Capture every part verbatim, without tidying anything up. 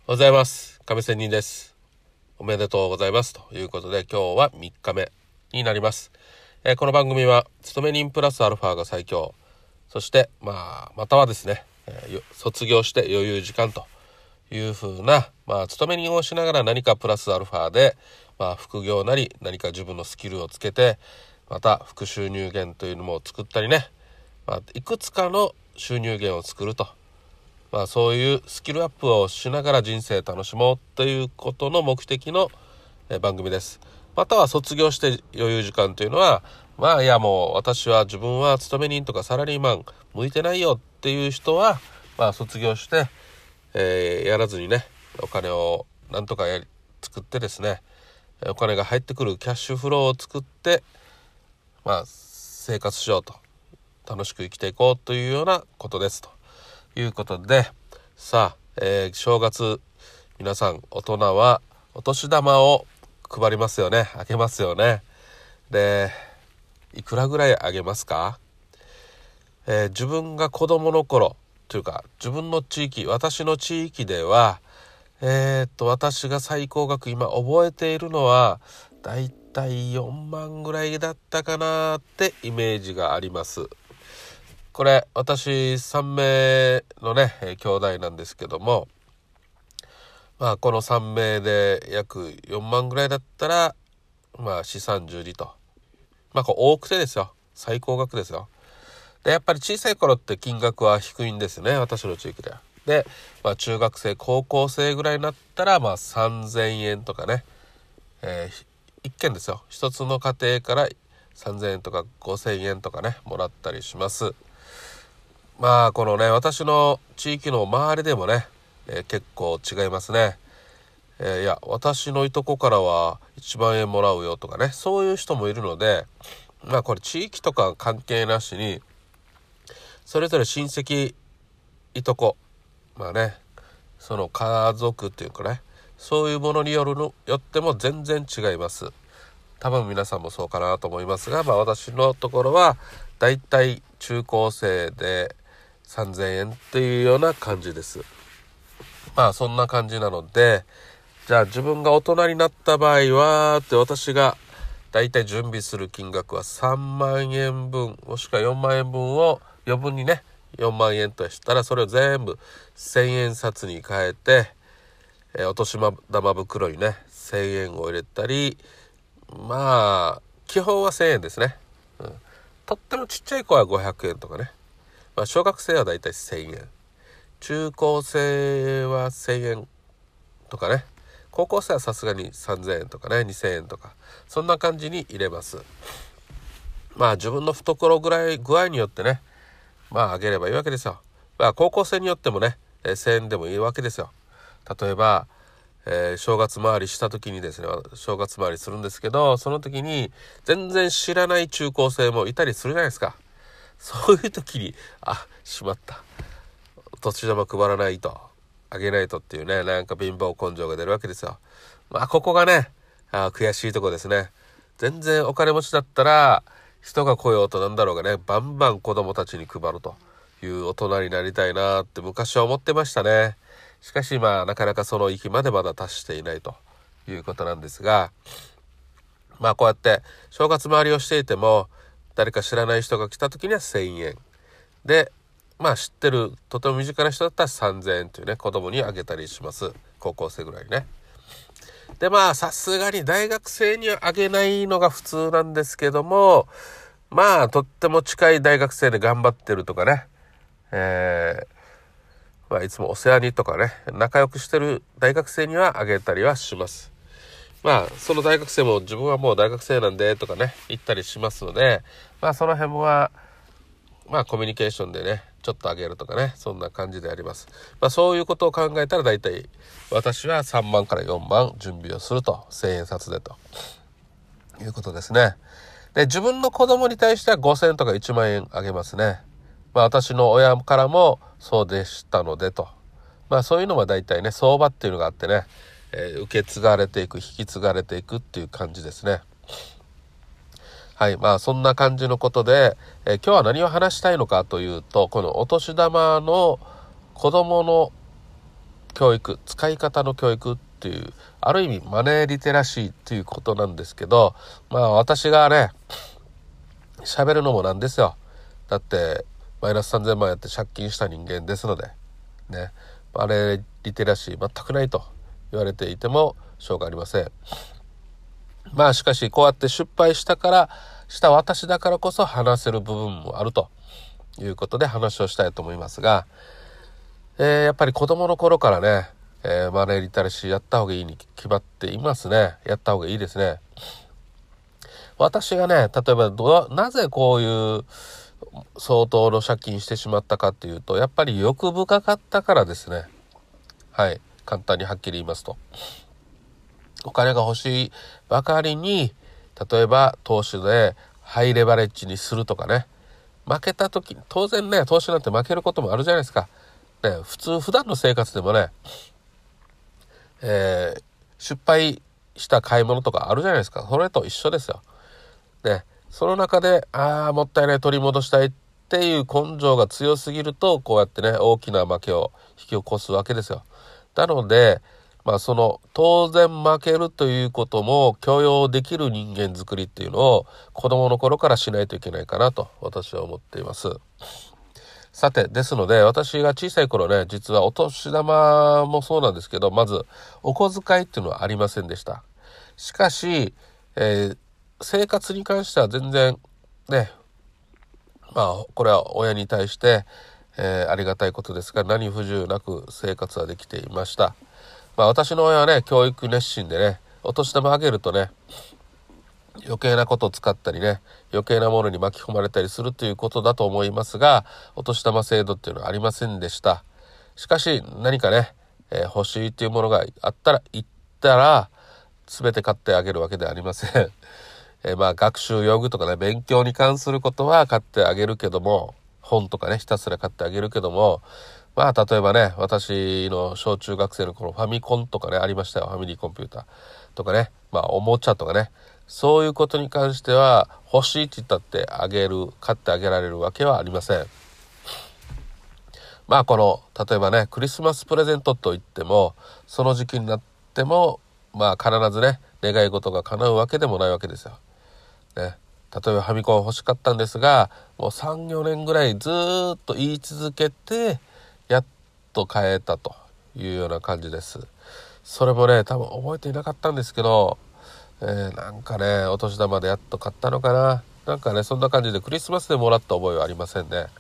おはようございます。亀仙人です。おめでとうございます。ということで、今日はみっかめになります。えーこの番組は、勤め人プラスアルファが最強。そして、まあ、またはですね、えーよ卒業して余裕時間という風な、まあ、勤め人をしながら何かプラスアルファで、まあ、副業なり何か自分のスキルをつけて、また副収入源というのも作ったりね、まあ、いくつかの収入源を作ると。まあそういうスキルアップをしながら人生楽しもうということの目的の番組です。または卒業して余裕時間というのは、まあいやもう私は自分は勤め人とかサラリーマン向いてないよっていう人は、まあ卒業して、えーやらずにね、お金をなんとかやり作ってですね、お金が入ってくるキャッシュフローを作って、まあ生活しようと、楽しく生きていこうというようなことですということで、さあ、えー正月皆さん大人はお年玉を配りますよね。あげますよね。で、いくらぐらいあげますか？えー自分が子供の頃というか、自分の地域、私の地域では、えー、っと私が最高額今覚えているのはだいたいよんまんぐらいだったかなってイメージがあります。これ私さん名のね、えー兄弟なんですけども、まあこのさん名で約よんまんぐらいだったら、まあ資産重利と、まあこう大癖ですよ。最高額ですよ。でやっぱり小さい頃って金額は低いんですね、私の地域では。で、まあ、中学生高校生ぐらいになったらまあさんぜんえんとかね、えー一件ですよ、一つの家庭からさんぜんえんとかごせんえんとかねもらったりします。まあこのね、私の地域の周りでもね、えー結構違いますね。えーいや私のいとこからはいちまん円もらうよとかね、そういう人もいるので、まあこれ地域とか関係なしにそれぞれ親戚、いとこ、まあね、その家族っていうかね、そういうものによるのよっても全然違います。多分皆さんもそうかなと思いますが、まあ私のところはだいたい中高生でさんぜんえんっていうような感じです。まあそんな感じなので、じゃあ自分が大人になった場合はって、私がだいたい準備する金額はさんまんえんぶんもしくはよんまんえんぶんを余分にね、よんまんえんとしたらそれを全部せんえん札に変えて、えーお年玉袋にねせんえんを入れたり、まあ基本はせんえんですね、うん、とってもちっちゃい子はごひゃくえんとかね、まあ、小学生はだいたいせんえん、中高生はせんえんとかね、高校生はさすがにさんぜんえんとかねにせんえんとか、そんな感じに入れます。まあ自分の懐ぐらい具合によってね、まああげればいいわけですよ。まあ高校生によってもね、えーせんえんでもいいわけですよ。例えば、えー正月回りした時にですね、正月回りするんですけど、その時に全然知らない中高生もいたりするじゃないですか。そういう時に、あ、しまった、お年玉配らないと、あげないとっていうね、なんか貧乏根性が出るわけですよ。まあここがね、あー悔しいとこですね。全然お金持ちだったら人が来ようとなんだろうがね、バンバン子供たちに配るという大人になりたいなって昔は思ってましたね。しかしまあなかなかその域までまだ達していないということなんですが、まあこうやって正月回りをしていても、誰か知らない人が来た時にはせんえんで、まあ知ってるとても身近な人だったらさんぜんえんというね、子供にあげたりします。高校生ぐらいね。でまあさすがに大学生にはあげないのが普通なんですけども、まあとっても近い大学生で頑張ってるとかね、えーまあ、いつもお世話にとかね、仲良くしてる大学生にはあげたりはします。まあその大学生も自分はもう大学生なんでとかね言ったりしますので、まあその辺はまあコミュニケーションでねちょっとあげるとかね、そんな感じであります。まあそういうことを考えたらだいたい私はさんまんからよんまん準備をすると、せんえん札でということですね。で自分の子供に対してはごせんえんとかいちまんえんあげますね。まあ私の親からもそうでしたのでと、まあそういうのはだいたいね相場っていうのがあってね、えー受け継がれていく、引き継がれていくっていう感じですね。はい、まあそんな感じのことで、えー今日は何を話したいのかというと、このお年玉の子供の教育、使い方の教育っていう、ある意味マネーリテラシーっていうことなんですけど、まあ私がね、喋るのもなんですよ。だって、マイナスさんぜんまんやって借金した人間ですので、ね、マネーリテラシー全くないと言われていてもしょうがありません。まあしかしこうやって失敗したからした私だからこそ話せる部分もあるということで話をしたいと思いますが、えー、やっぱり子供の頃からね、えー、マネーリテラシーやった方がいいに決まっていますね。やった方がいいですね。私がね、例えばどなぜこういう相当の借金してしまったかっていうと、やっぱり欲深かったからですね。はい、簡単にはっきり言いますと、お金が欲しいばかりに、例えば投資でハイレバレッジにするとかね、負けた時、当然ね、投資なんて負けることもあるじゃないですか。ね、普通普段の生活でもね、えー、失敗した買い物とかあるじゃないですか。それと一緒ですよ。ね、その中で、ああ、もったいない、取り戻したいっていう根性が強すぎると、こうやってね、大きな負けを引き起こすわけですよ。なので、まあその、当然負けるということも許容できる人間作りっていうのを子供の頃からしないといけないかなと私は思っています。さて、ですので、私が小さい頃ね、実はお年玉もそうなんですけど、まず、お小遣いっていうのはありませんでした。しかし、えー、生活に関しては全然、ね、まあ、これは親に対して、えー、ありがたいことですが、何不自由なく生活はできていました。まあ、私の親はね、教育熱心でね、お年玉あげるとね、余計なことを使ったりね、余計なものに巻き込まれたりするということだと思いますが、お年玉制度っていうのはありませんでした。しかし何かね、えー、欲しいっていうものがあったら言ったら全て買ってあげるわけではありません。えー、まあ学習用具とかね、勉強に関することは買ってあげるけども、本とかねひたすら買ってあげるけども、まあ例えばね、私の小中学生の頃ファミコンとかねありましたよ。ファミリーコンピューターとかね、まあおもちゃとかね、そういうことに関しては欲しいって言ったってあげる、買ってあげられるわけはありません。まあこの例えばね、クリスマスプレゼントといっても、その時期になってもまあ必ずね願い事が叶うわけでもないわけですよ。ね、例えばファミコン欲しかったんですが、もうさん、よねんぐらいずっと言い続けてやっと買えたというような感じです。それもね多分覚えていなかったんですけど、えー、なんかねお年玉でやっと買ったのかな、なんかねそんな感じでクリスマスでもらった覚えはありませんね。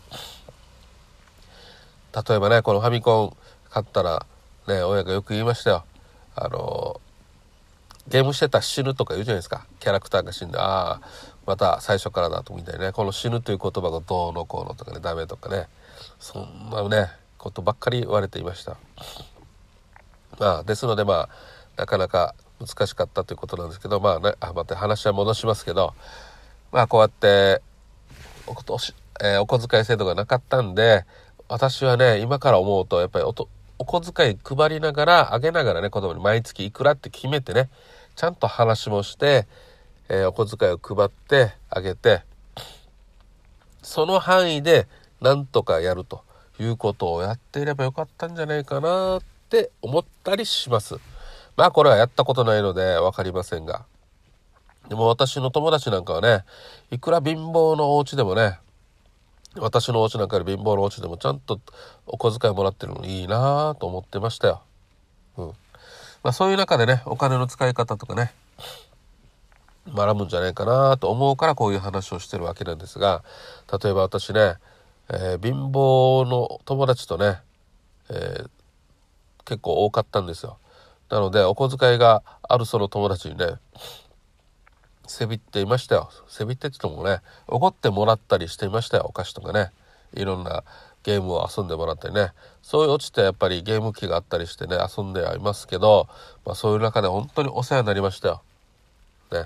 例えばね、このファミコン買ったらね、親がよく言いましたよ。あのゲームしてたら死ぬとか言うじゃないですか。キャラクターが死んで、ああまた最初からだとみたいなね、この死ぬという言葉がどうのこうのとかね、ダメとかね、そんなねことばっかり言われていました。まあですので、まあなかなか難しかったということなんですけど、まあね、あまた話は戻しますけど、まあこうやっておことし、えーお小遣い制度がなかったんで、私はね今から思うとやっぱりおとお小遣い配りながらあげながらね、子供に毎月いくらって決めてね、ちゃんと話もして、えー、お小遣いを配ってあげて、その範囲でなんとかやるということをやっていればよかったんじゃないかなって思ったりします。まあこれはやったことないので分かりませんが、でも私の友達なんかはね、いくら貧乏のお家でもね、私のお家なんかより貧乏のお家でもちゃんとお小遣いもらってるのいいなと思ってましたよ。うん。まあそういう中でね、お金の使い方とかね、学ぶんじゃないかなと思うからこういう話をしてるわけなんですが、例えば私ね、えー、貧乏の友達とね、えー、結構多かったんですよ。なのでお小遣いがあるその友達にね、せびっていましたよ。せびってって言ってもね、おごってもらったりしていましたよ。お菓子とかね、いろんなゲームを遊んでもらったりね、そういう落ちてやっぱりゲーム機があったりしてね、遊んではいますけど、まあ、そういう中で本当にお世話になりましたよ。ね、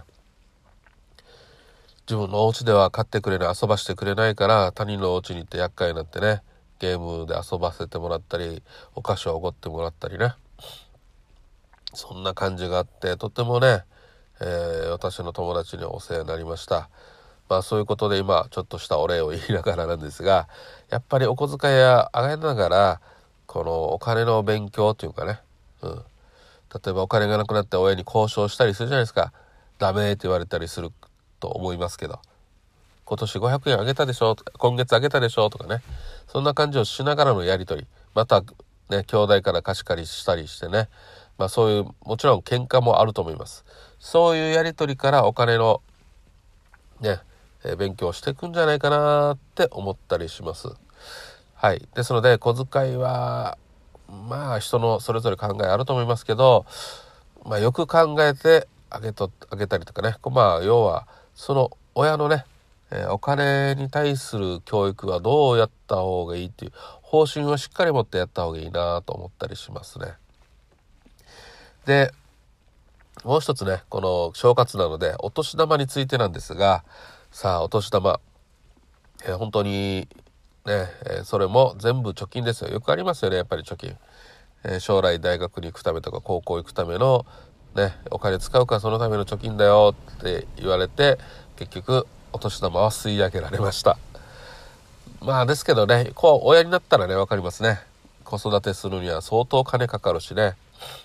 自分のお家では買ってくれない、遊ばしてくれないから、他人のお家に行って厄介になってね、ゲームで遊ばせてもらったり、お菓子をおごってもらったりね、そんな感じがあって、とてもね、えー、私の友達にお世話になりました。まあそういうことで今ちょっとしたお礼を言いながらなんですが、やっぱりお小遣いやあげながらこのお金の勉強というかね、うん、例えばお金がなくなって親に交渉したりするじゃないですか。ダメって言われたりすると思いますけど、今年ごひゃくえんあげたでしょ、今月あげたでしょとかね、そんな感じをしながらのやり取り、またね兄弟から貸し借りしたりしてね、まあそういうもちろん喧嘩もあると思います。そういうやり取りからお金のね、えー勉強していくんじゃないかなって思ったりします。はい。ですので小遣いはまあ人のそれぞれ考えあると思いますけど、まあよく考えてあげとあげたりとかね、まあ要はその親のね、えーお金に対する教育はどうやった方がいいっていう方針をしっかり持ってやった方がいいなと思ったりしますね。でもう一つね、この正月なのでお年玉についてなんですが、さあお年玉、えー本当にね、えーそれも全部貯金ですよ。よくありますよね、やっぱり貯金。えー将来大学に行くためとか高校行くためのね、お金使うからそのための貯金だよって言われて、結局お年玉は吸い上げられました。まあですけどね、こう親になったらね分かりますね。子育てするには相当金かかるしね、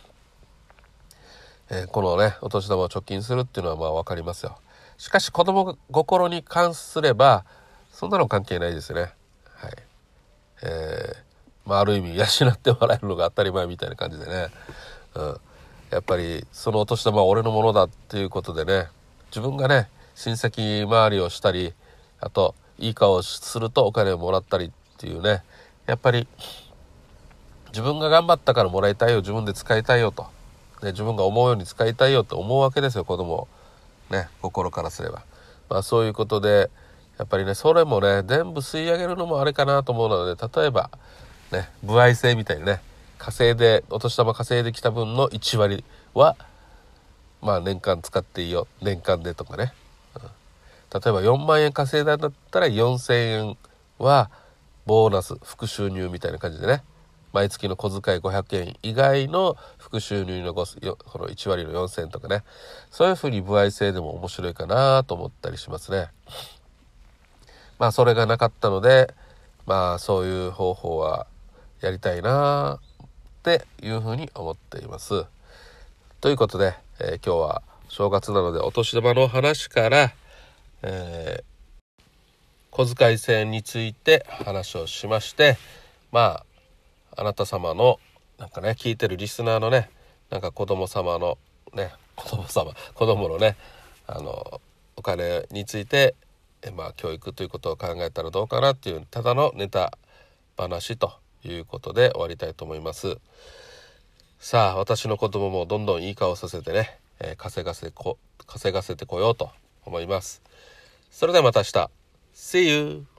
えーこのねお年玉を貯金するっていうのはまあ分かりますよ。しかし子供心に関すればそんなの関係ないですよね。はい。えー、まあある意味養ってもらえるのが当たり前みたいな感じでね、うん、やっぱりそのお年玉は俺のものだっていうことでね、自分がね親戚周りをしたり、あといい顔をするとお金をもらったりっていうね、やっぱり自分が頑張ったからもらいたいよ、自分で使いたいよと、ね、自分が思うように使いたいよと思うわけですよ、子供ね、心からすれば。まあそういうことでやっぱりねそれもね全部吸い上げるのもあれかなと思うので、例えばね歩合制みたいにね、稼いでお年玉稼いできた分のいち割はまあ年間使っていいよ、年間でとかね、うん、例えばよんまん円稼いだんだったらよんせんえんはボーナス副収入みたいな感じでね、毎月の小遣いごひゃくえん以外の副収入のごよこのいち割のよんせんえんとかね、そういうふうに歩合制でも面白いかなと思ったりしますね。まあそれがなかったので、まあそういう方法はやりたいなっていうふうに思っています。ということで、えー今日は正月なのでお年玉の話から、えー小遣い制について話をしまして、まああなた様のなんかね聞いてるリスナーのね、なんか子供様のね子供様子供のねあのお金についてえまあ教育ということを考えたらどうかなっていうただのネタ話ということで終わりたいと思います。さあ私の子供もどんどんいい顔させてね、えー稼がせこ稼がせてこようと思います。それではまた明日 See you!